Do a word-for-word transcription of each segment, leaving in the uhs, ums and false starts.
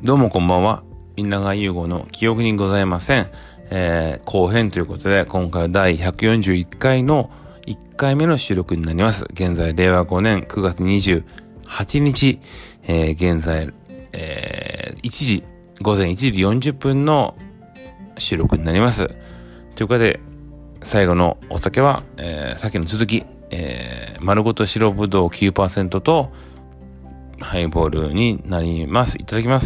どうもこんばんは。稲川優吾の記憶にございません。えー、後編ということで、今回はだいひゃくよんじゅういっかいのいっかいめの収録になります。現在、れいわごねんくがつにじゅうはちにち、えー、現在、えー、いちじ、ごぜんいちじよんじゅっぷんの収録になります。ということで、最後のお酒は、えー、さっきの続き、えー、丸ごと白ぶどう きゅうパーセント とハイボールになります。いただきます。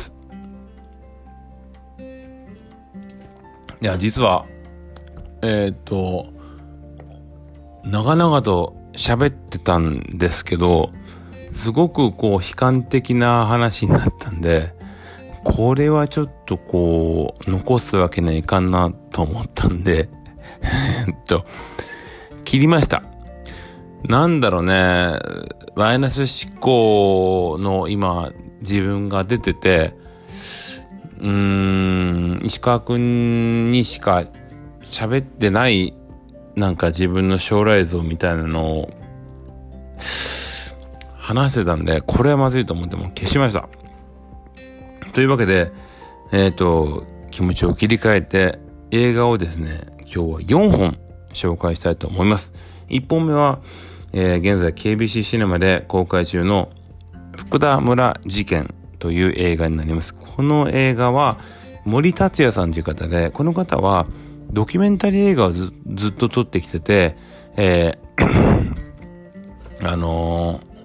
いや、実は、えー、っと、長々と喋ってたんですけど、すごくこう悲観的な話になったんで、これはちょっとこう、残すわけにはいかんなと思ったんで、えっと、切りました。なんだろうね、マイナス思考の今、自分が出てて、うーん、石川くんにしか喋ってないなんか自分の将来像みたいなのを話せたんで、これはまずいと思っても消しました。というわけで、えっと、気持ちを切り替えて映画をですね、今日はよんほん紹介したいと思います。いっぽんめは、えー、現在 ケービーシー シネマで公開中の福田村事件という映画になります。この映画は森達也さんという方で、この方はドキュメンタリー映画を ず, ずっと撮ってきてて、えー、あのー、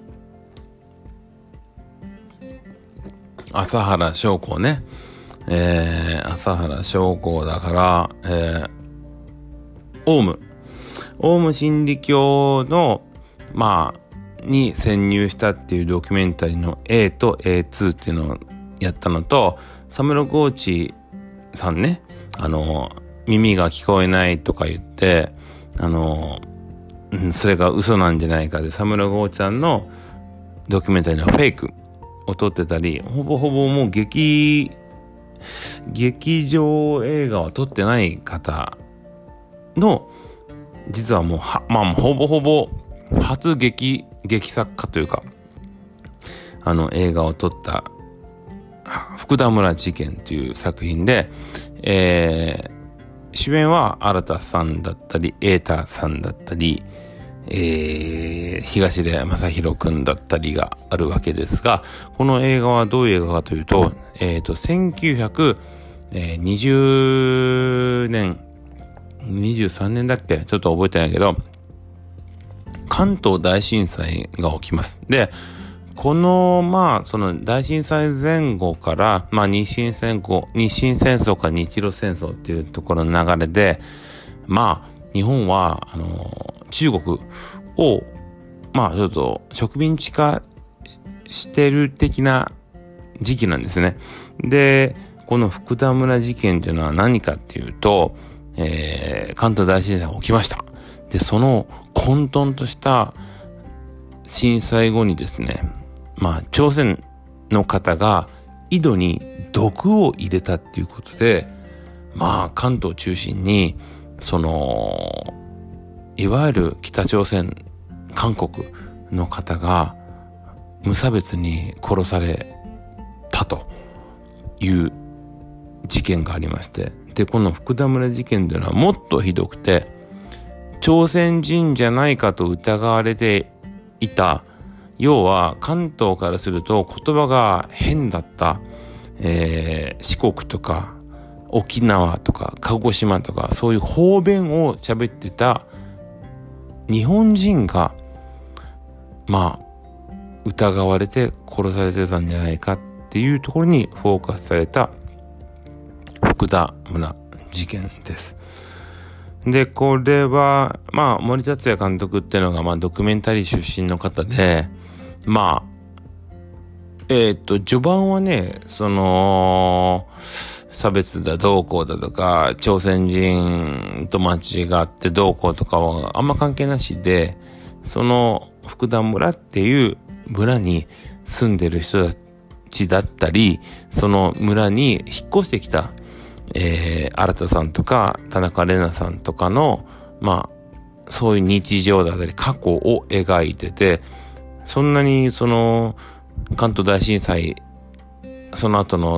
朝原将校ね、えー、朝原将校だから、えー、オウム、オウム真理教のまあに潜入したっていうドキュメンタリーの A と エーツー っていうのをやったのと、サムロゴーチさんね、あの耳が聞こえないとか言って、あのそれが嘘なんじゃないかで、サムロゴーチさんのドキュメンタリーのフェイクを撮ってたり、ほぼほぼもう劇劇場映画は撮ってない方の、実はもうはまあほぼほぼ初劇劇作家というか、あの映画を撮った福田村事件という作品で、えー、主演は新田さんだったり瑛太さんだったり、えー、東出昌大くんだったりがあるわけですが、この映画はどういう映画かというと、えーとせんきゅうひゃくにじゅうねんにじゅうさんねんだっけ、ちょっと覚えてないけど、関東大震災が起きます。で、この、まあ、その大震災前後から、まあ、日清戦後、日清戦争か日露戦争っていうところの流れで、まあ、日本は、あの、中国を、まあ、ちょっと植民地化してる的な時期なんですね。で、この福田村事件というのは何かっていうと、えー、関東大震災が起きました。で、その混沌とした震災後にですね、まあ、朝鮮の方が井戸に毒を入れたっていうことで、まあ、関東中心に、その、いわゆる北朝鮮、韓国の方が無差別に殺されたという事件がありまして、で、この福田村事件というのはもっとひどくて、朝鮮人じゃないかと疑われていた、要は関東からすると言葉が変だった、えー、四国とか沖縄とか鹿児島とかそういう方言を喋ってた日本人がまあ疑われて殺されてたんじゃないかっていうところにフォーカスされた福田村事件です。で、これは、まあ、森達也監督っていうのが、まあ、ドキュメンタリー出身の方で、まあ、えっと、序盤はね、その、差別だどうこうだとか、朝鮮人と間違ってどうこうとかはあんま関係なしで、その、福田村っていう村に住んでる人たちだったり、その村に引っ越してきた、えー、新田さんとか田中玲奈さんとかのまあそういう日常だったり過去を描いてて、そんなにその関東大震災その後の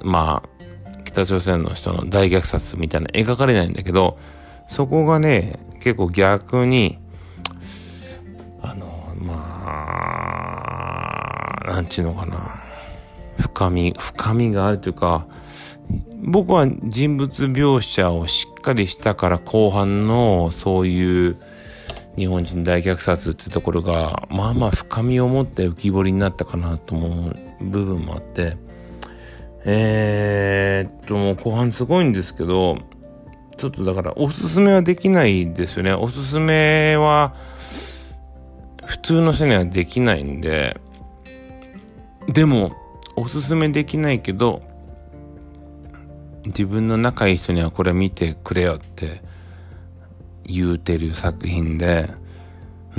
まあ北朝鮮の人の大虐殺みたいな描かれないんだけど、そこがね結構逆にあのまあなんちゅうのかな、深み深みがあるというか、僕は人物描写をしっかりしたから後半のそういう日本人大虐殺っていうところがまあまあ深みを持って浮き彫りになったかなと思う部分もあって、えー、っともう後半すごいんですけど、ちょっとだからおすすめはできないですよね。おすすめは普通の人にはできないんで、でもおすすめできないけど自分の仲いい人にはこれ見てくれよって言うてる作品で、うん、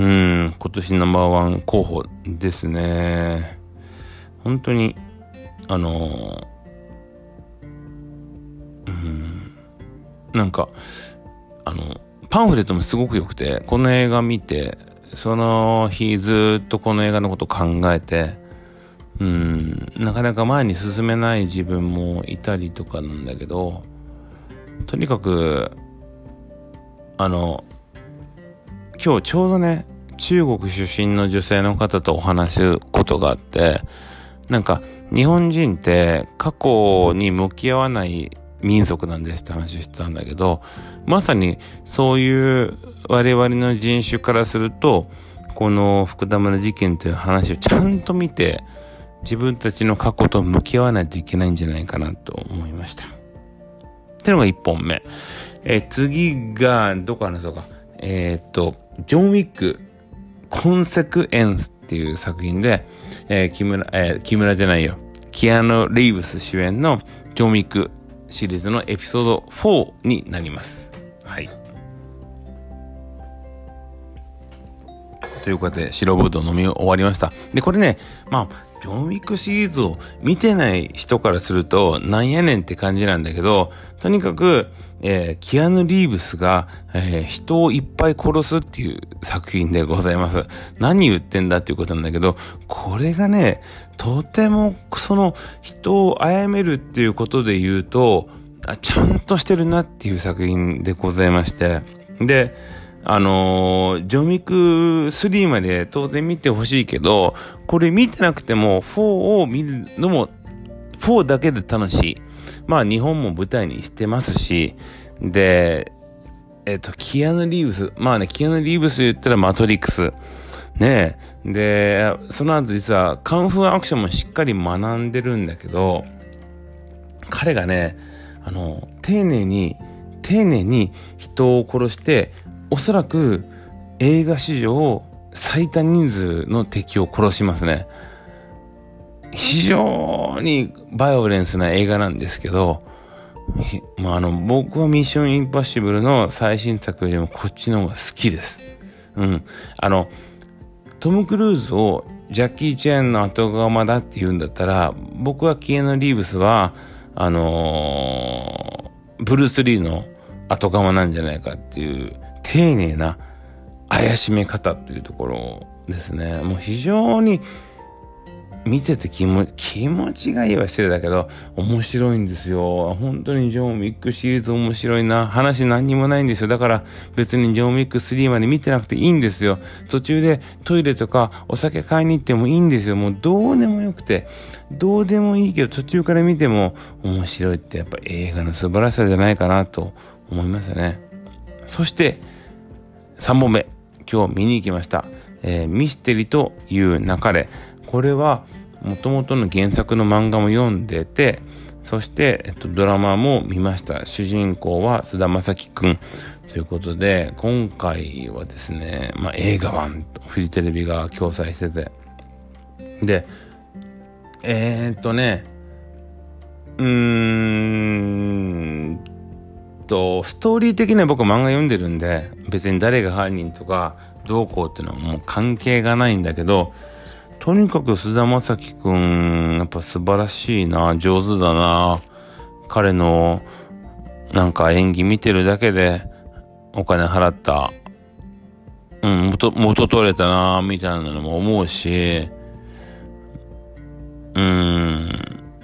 今年ナンバーワン候補ですね。本当にあのうんなんかあのパンフレットもすごく良くて、この映画見てその日ずっとこの映画のことを考えて、うんなかなか前に進めない自分もいたりとかなんだけど、とにかくあの今日ちょうどね中国出身の女性の方とお話すことがあって、なんか日本人って過去に向き合わない民族なんですって話をしてたんだけど、まさにそういう我々の人種からするとこの福田村事件という話をちゃんと見て自分たちの過去と向き合わないといけないんじゃないかなと思いました。ってのがいっぽんめ。えー、次がどこ話そうか。えー、っとジョン・ウィックコンセクエンスっていう作品で、えー、木村、えー、木村じゃないよキアヌ・リーブス主演のジョン・ウィックシリーズのエピソードフォーになります。はい。ということで白ぶどう飲み終わりました。でこれね、まあジョン・ウィックシリーズを見てない人からするとなんやねんって感じなんだけど、とにかく、えー、キアヌ・リーブスが、えー、人をいっぱい殺すっていう作品でございます。何言ってんだっていうことなんだけど、これがねとてもその人を殺めるっていうことで言うとあちゃんとしてるなっていう作品でございまして、であのー、ジョン・ウィックスリーまで当然見てほしいけど、これ見てなくてもフォーを見るのもフォーだけで楽しい。まあ日本も舞台にしてますし、でえっとキアヌ・リーブス、まあねキアヌ・リーブス言ったらマトリックスねえ、でその後実はカンフーアクションもしっかり学んでるんだけど、彼がねあの丁寧に丁寧に人を殺しておそらく映画史上最多人数の敵を殺しますね。非常にバイオレンスな映画なんですけど、まあ、あの僕はミッションインパッシブルの最新作よりもこっちの方が好きです。うん。あのトム・クルーズをジャッキー・チェンの後釜だって言うんだったら、僕はキアヌ・リーブスはあのー、ブルース・リーの後釜なんじゃないかっていう丁寧な怪しめ方というところですね。もう非常に見てて気も気持ちがいいは失礼だけど面白いんですよ。本当にジョン・ウィックシリーズ面白いな。話何にもないんですよ。だから別にジョン・ウィックスリーまで見てなくていいんですよ。途中でトイレとかお酒買いに行ってもいいんですよ。もうどうでもよくてどうでもいいけど途中から見ても面白いってやっぱ映画の素晴らしさじゃないかなと思いますね。そしてさんぼんめ、今日見に行きました、えー、ミステリという流れ。これは元々の原作の漫画も読んでて、そして、えっと、ドラマも見ました。主人公は菅田将暉くんということで、今回はですね、まあ、映画版フジテレビが共催してて、でえー、っとねうーんとストーリー的には僕漫画読んでるんで別に誰が犯人とかどうこうっていうのはもう関係がないんだけど、とにかく菅田将暉くんやっぱ素晴らしいな、上手だな。彼のなんか演技見てるだけでお金払ったうん元元取れたなみたいなのも思うし、うーん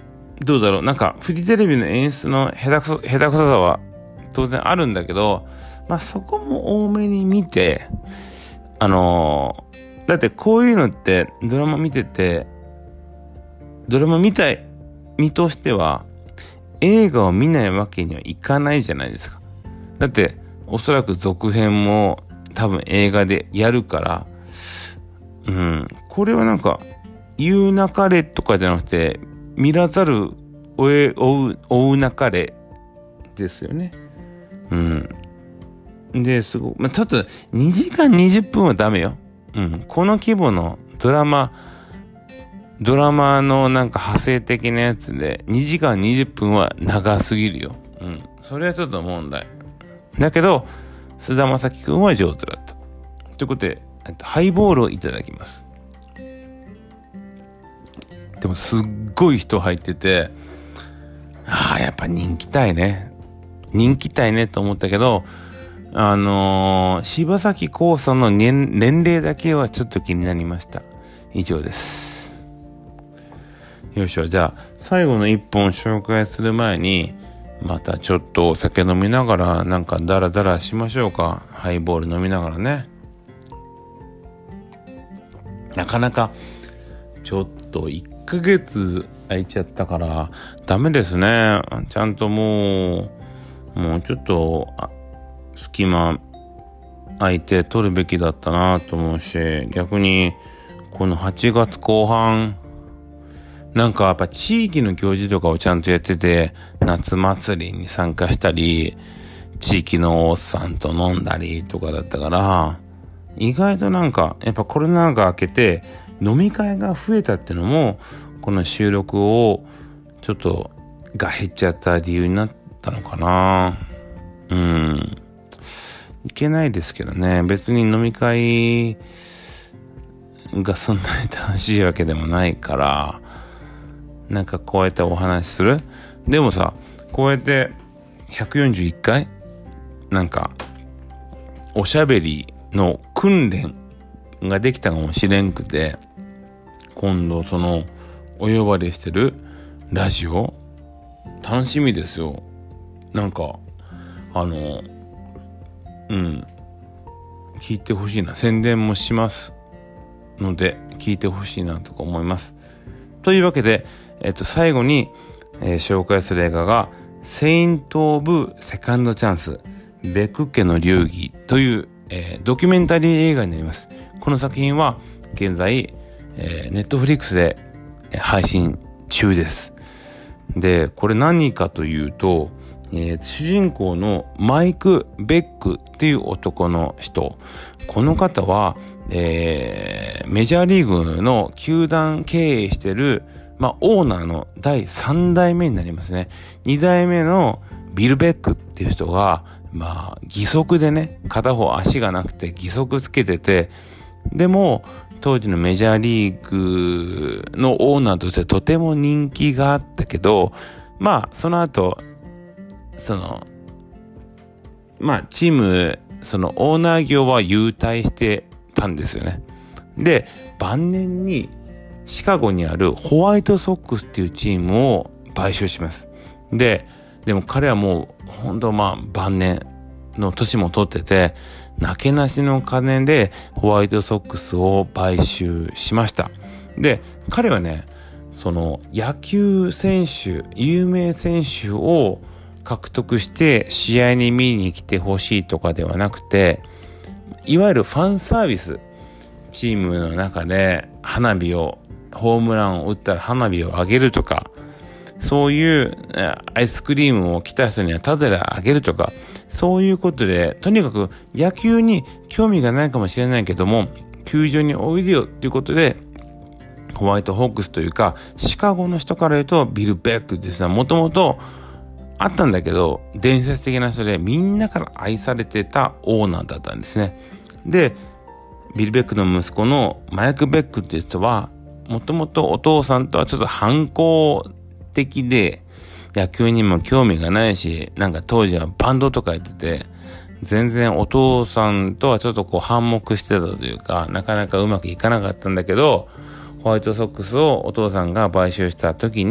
どうだろう、なんかフジテレビの演出の下手くそ、下手くそさは当然あるんだけど、まあそこも多めに見て、あのー、だってこういうのってドラマ見てて、ドラマ見たい身としては映画を見ないわけにはいかないじゃないですか。だっておそらく続編も多分映画でやるから、うん、これはなんか言うなかれとかじゃなくて、見らざる追え追う追うなかれですよね。うん。で、すごい、まあ、ちょっとにじかんにじゅっぷんはダメよ。うん。この規模のドラマ、ドラマのなんか派生的なやつでにじかんにじゅっぷんは長すぎるよ。うん。それはちょっと問題。だけど、菅田将暉くんは上手だった。ということで、ハイボールをいただきます。でもすっごい人入ってて、ああ、やっぱ人気たいね。人気たいねと思ったけど、あのー、柴咲コウさんの 年, 年齢だけはちょっと気になりました。以上です。よいしょ。じゃあ、最後の一本紹介する前に、またちょっとお酒飲みながら、なんかダラダラしましょうか。ハイボール飲みながらね。なかなか、ちょっといっかげつ空いちゃったから、ダメですね。ちゃんともう、もうちょっと、隙間空いて取るべきだったなと思うし、逆にこのはちがつこう半、なんかやっぱ地域の行事とかをちゃんとやってて、夏祭りに参加したり、地域のおっさんと飲んだりとかだったから、意外となんかやっぱコロナが明けて飲み会が増えたってのも、この収録をちょっとが減っちゃった理由になったのかな。うん。いけないですけどね。別に飲み会がそんなに楽しいわけでもないから、なんかこうやってお話しする。でもさ、こうやってひゃくよんじゅういっかいなんかおしゃべりの訓練ができたかもしれんくて、今度そのお呼ばれしてるラジオ楽しみですよ。なんかあのうん聞いてほしいな。宣伝もしますので聞いてほしいなとか思います。というわけで、えっと最後に、えー、紹介する映画がセイント・オブ・セカンド・チャンス、ベク家の流儀という、えー、ドキュメンタリー映画になります。この作品は現在、えー、ネットフリックスで配信中です。で、これ何かというと、えー、主人公のマイク・ベックっていう男の人。この方は、えー、メジャーリーグの球団経営してる、まあ、オーナーのだいさんだいめになりますね。にだいめのビル・ベックっていう人が、まあ、義足でね、片方足がなくて義足つけてて、でも、当時のメジャーリーグのオーナーとしてとても人気があったけど、まあ、その後、その、まあ、チーム、そのオーナー業は優退してたんですよね。で、晩年にシカゴにあるホワイトソックスっていうチームを買収します。で、でも彼はもう、本当まあ、晩年の年も取ってて、なけなしの金でホワイトソックスを買収しました。で、彼はね、その野球選手、有名選手を獲得して試合に見に来てほしいとかではなくて、いわゆるファンサービス、チームの中で花火を、ホームランを打ったら花火を上げるとか、そういうアイスクリームを来た人にはタダであげるとか、そういうことで、とにかく野球に興味がないかもしれないけども、球場においでよっていうことで、ホワイトホークスというか、シカゴの人から言うとビル・ベックですね、もともとあったんだけど、伝説的な人でみんなから愛されてたオーナーだったんですね。で、ビル・ベックの息子のマイク・ベックっていう人は、もともとお父さんとはちょっと反抗的で、野球にも興味がないし、なんか当時はバンドとかやってて、全然お父さんとはちょっとこう反目してたというか、なかなかうまくいかなかったんだけど、ホワイトソックスをお父さんが買収した時に、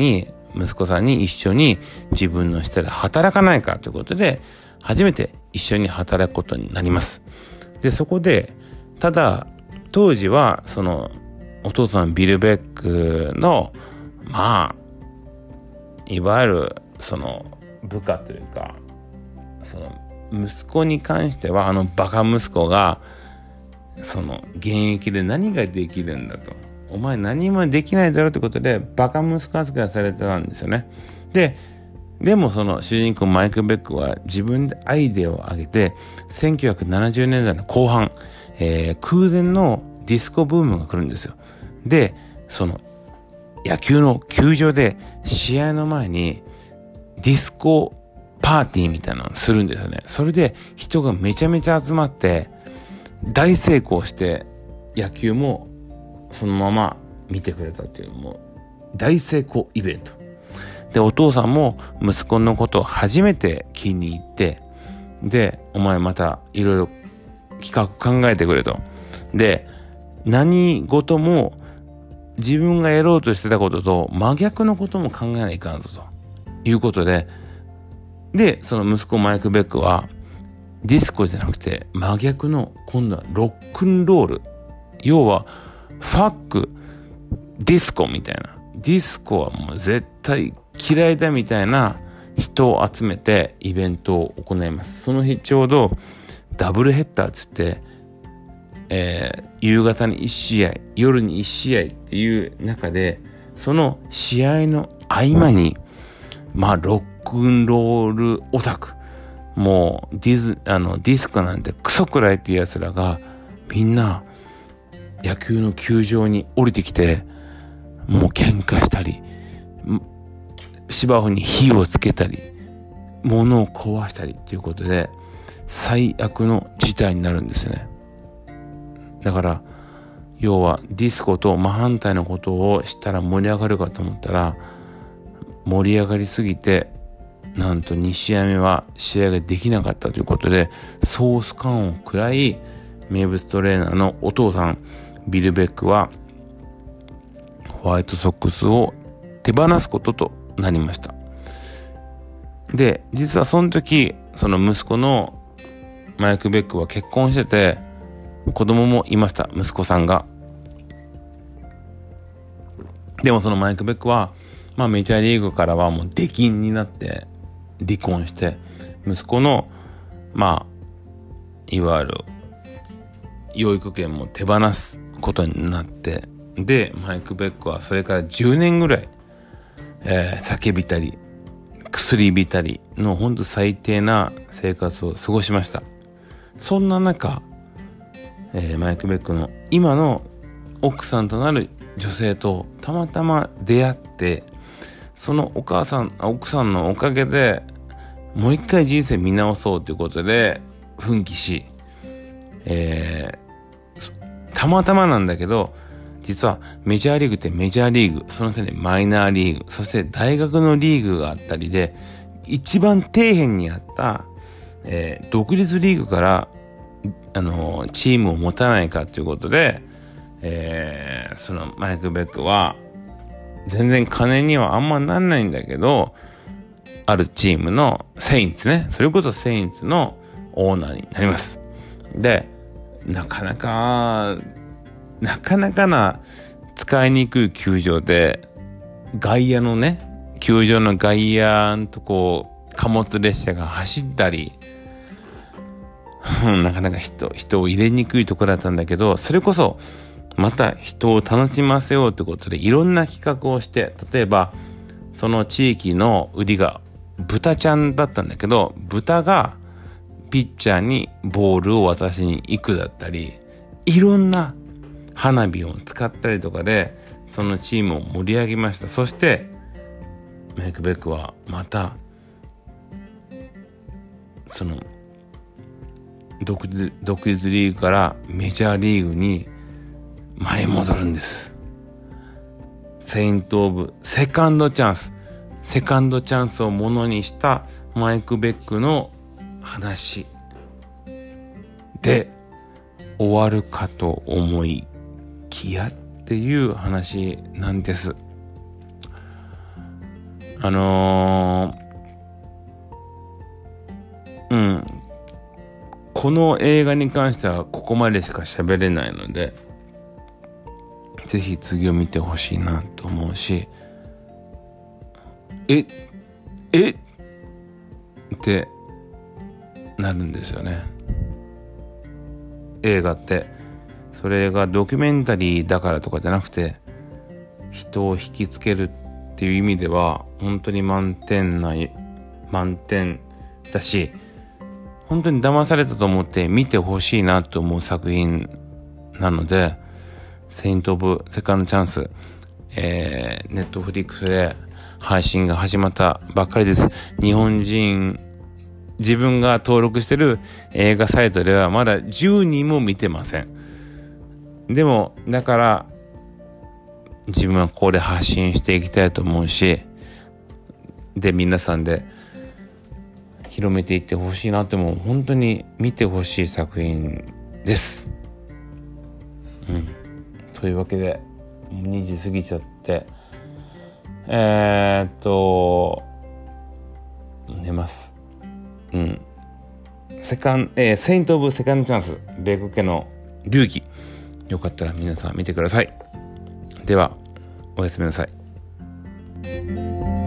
息子さんに一緒に自分の下で働かないかということで、初めて一緒に働くことになります。で、そこで、ただ、当時は、その、お父さんビル・ベックの、まあ、いわゆる、その、部下というか、その、息子に関しては、あのバカ息子が、その、現役で何ができるんだと。お前何もできないだろうってことで、バカ息子扱いされてたんですよね。で、でもその主人公マイク・ベックは自分でアイデアを上げて、せんきゅうひゃくななじゅうねんだいの後半、えー、空前のディスコブームが来るんですよ。で、その野球の球場で試合の前にディスコパーティーみたいなのをするんですよね。それで人がめちゃめちゃ集まって大成功して野球もそのまま見てくれたっていう、もう大成功イベントで、お父さんも息子のことを初めて気に入って、で、お前またいろいろ企画考えてくれと。で、何事も自分がやろうとしてたことと真逆のことも考えないかんぞということで、で、その息子マイク・ベックはディスコじゃなくて真逆の今度はロックンロール、要はファックディスコみたいな、ディスコはもう絶対嫌いだみたいな人を集めてイベントを行います。その日ちょうどダブルヘッダーつって、えー、夕方にいち試合、夜にいち試合っていう中で、その試合の合間に、まあロックンロールオタク、もうディズあのディスコなんてクソくらいっていうやつらがみんな野球の球場に降りてきて、もう喧嘩したり、芝生に火をつけたり、物を壊したりということで最悪の事態になるんですね。だから要はディスコと真反対のことをしたら盛り上がるかと思ったら、盛り上がりすぎてなんとに試合目は試合ができなかったということで、ソース感を食らい、名物トレーナーのお父さんビル・ベックはホワイトソックスを手放すこととなりました。で、実はその時、その息子のマイク・ベックは結婚してて、子供もいました、息子さんが。でもそのマイク・ベックは、まあメジャーリーグからはもう出禁になって離婚して、息子の、まあ、いわゆる養育権も手放すことになって、で、マイク・ベックはそれからじゅうねんぐらい、えー、酒びたり、薬びたりのほんと最低な生活を過ごしました。そんな中、えー、マイク・ベックの今の奥さんとなる女性とたまたま出会って、そのお母さん、奥さんのおかげでもう一回人生見直そうということで奮起し、えー、たまたまなんだけど、実はメジャーリーグってメジャーリーグ、その下にマイナーリーグ、そして大学のリーグがあったりで、一番底辺にあった、えー、独立リーグから、あのー、チームを持たないかということで、えー、そのマイク・ベックは全然金にはあんまなんないんだけど、あるチームのセインツね、それこそセインツのオーナーになります。で、なかなかなかなかな使いにくい球場で、外野のね、球場の外野とこう貨物列車が走ったり、なかなか人人を入れにくいところだったんだけど、それこそまた人を楽しませようということでいろんな企画をして、例えばその地域の売りが豚ちゃんだったんだけど、豚がピッチャーにボールを渡しに行くだったり、いろんな花火を使ったりとかでそのチームを盛り上げました。そしてマイク・ベックはまたその独立、独立リーグからメジャーリーグに前戻るんです。セイント・オブ・セカンドチャンス、セカンドチャンスをものにしたマイク・ベックの話で終わるかと思いきやっていう話なんです。 あのー、うんこの映画に関してはここまでしか喋れないので、ぜひ次を見てほしいなと思うし、ええってなるんですよね。映画ってそれがドキュメンタリーだからとかじゃなくて、人を引きつけるっていう意味では本当に満点な満点だし、本当に騙されたと思って見てほしいなと思う作品なので、セイント・オブ・セカンド・チャンス、えー、ネットフリックスで配信が始まったばっかりです。日本人自分が登録してる映画サイトではまだじゅうにんも見てません。でもだから自分はここで発信していきたいと思うし、で皆さんで広めていってほしいなって、もう本当に見てほしい作品です。うんというわけでにじ過ぎちゃって、えー、っと寝ます。うんセカン、えー、セイント・オブ・セカンド・チャンス、米国家の流儀、よかったら皆さん見てください。ではおやすみなさい。